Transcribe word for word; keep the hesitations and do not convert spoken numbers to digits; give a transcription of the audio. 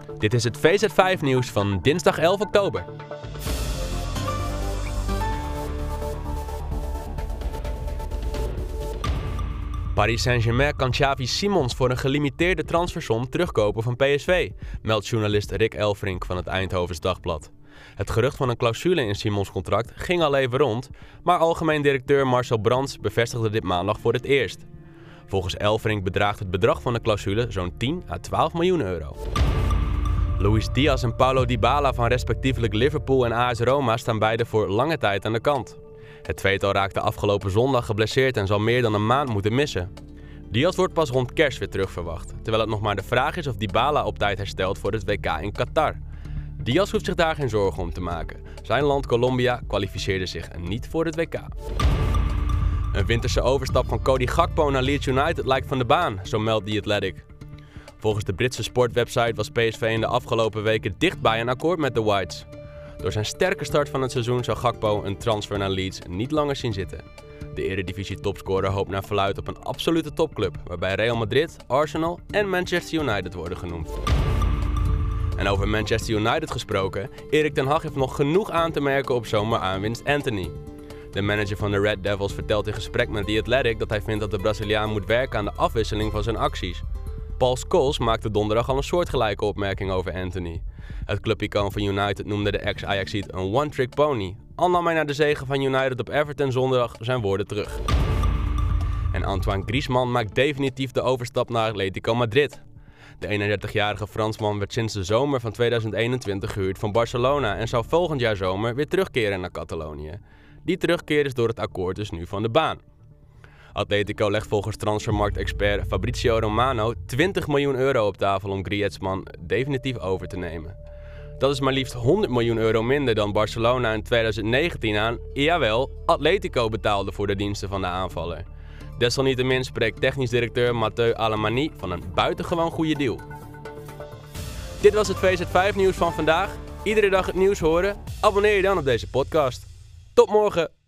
Dit is het V Z vijf nieuws van dinsdag elf oktober. Paris Saint-Germain kan Xavi Simons voor een gelimiteerde transfersom terugkopen van P S V, meldt journalist Rick Elfrink van het Eindhovens Dagblad. Het gerucht van een clausule in Simons contract ging al even rond, maar algemeen directeur Marcel Brands bevestigde dit maandag voor het eerst. Volgens Elfrink bedraagt het bedrag van de clausule zo'n tien à twaalf miljoen euro. Luis Diaz en Paulo Dybala van respectievelijk Liverpool en A S Roma staan beide voor lange tijd aan de kant. Het tweetal raakte afgelopen zondag geblesseerd en zal meer dan een maand moeten missen. Diaz wordt pas rond kerst weer terugverwacht, terwijl het nog maar de vraag is of Dybala op tijd herstelt voor het W K in Qatar. Diaz hoeft zich daar geen zorgen om te maken. Zijn land Colombia kwalificeerde zich niet voor het W K. Een winterse overstap van Cody Gakpo naar Leeds United lijkt van de baan, zo meldt The Athletic. Volgens de Britse sportwebsite was P S V in de afgelopen weken dichtbij een akkoord met de Whites. Door zijn sterke start van het seizoen zou Gakpo een transfer naar Leeds niet langer zien zitten. De Eredivisie-topscorer hoopt naar verluidt op een absolute topclub, waarbij Real Madrid, Arsenal en Manchester United worden genoemd. En over Manchester United gesproken, Erik ten Hag heeft nog genoeg aan te merken op zomeraanwinst Antony. De manager van de Red Devils vertelt in gesprek met The Athletic dat hij vindt dat de Braziliaan moet werken aan de afwisseling van zijn acties. Paul Scholes maakte donderdag al een soortgelijke opmerking over Antony. Het clubicoon van United noemde de ex-Ajaxiet een one-trick pony, al nam hij na de zege van United op Everton zondag zijn woorden terug. En Antoine Griezmann maakt definitief de overstap naar Atletico Madrid. De eenendertigjarige Fransman werd sinds de zomer van tweeduizend eenentwintig gehuurd van Barcelona en zou volgend jaar zomer weer terugkeren naar Catalonië. Die terugkeer is door het akkoord dus nu van de baan. Atletico legt volgens transfermarktexpert Fabrizio Romano twintig miljoen euro op tafel om Griezmann definitief over te nemen. Dat is maar liefst honderd miljoen euro minder dan Barcelona in tweeduizend negentien aan, jawel, Atletico betaalde voor de diensten van de aanvaller. Desalniettemin spreekt technisch directeur Mathieu Alemany van een buitengewoon goede deal. Dit was het V Z vijf nieuws van vandaag. Iedere dag het nieuws horen? Abonneer je dan op deze podcast. Tot morgen!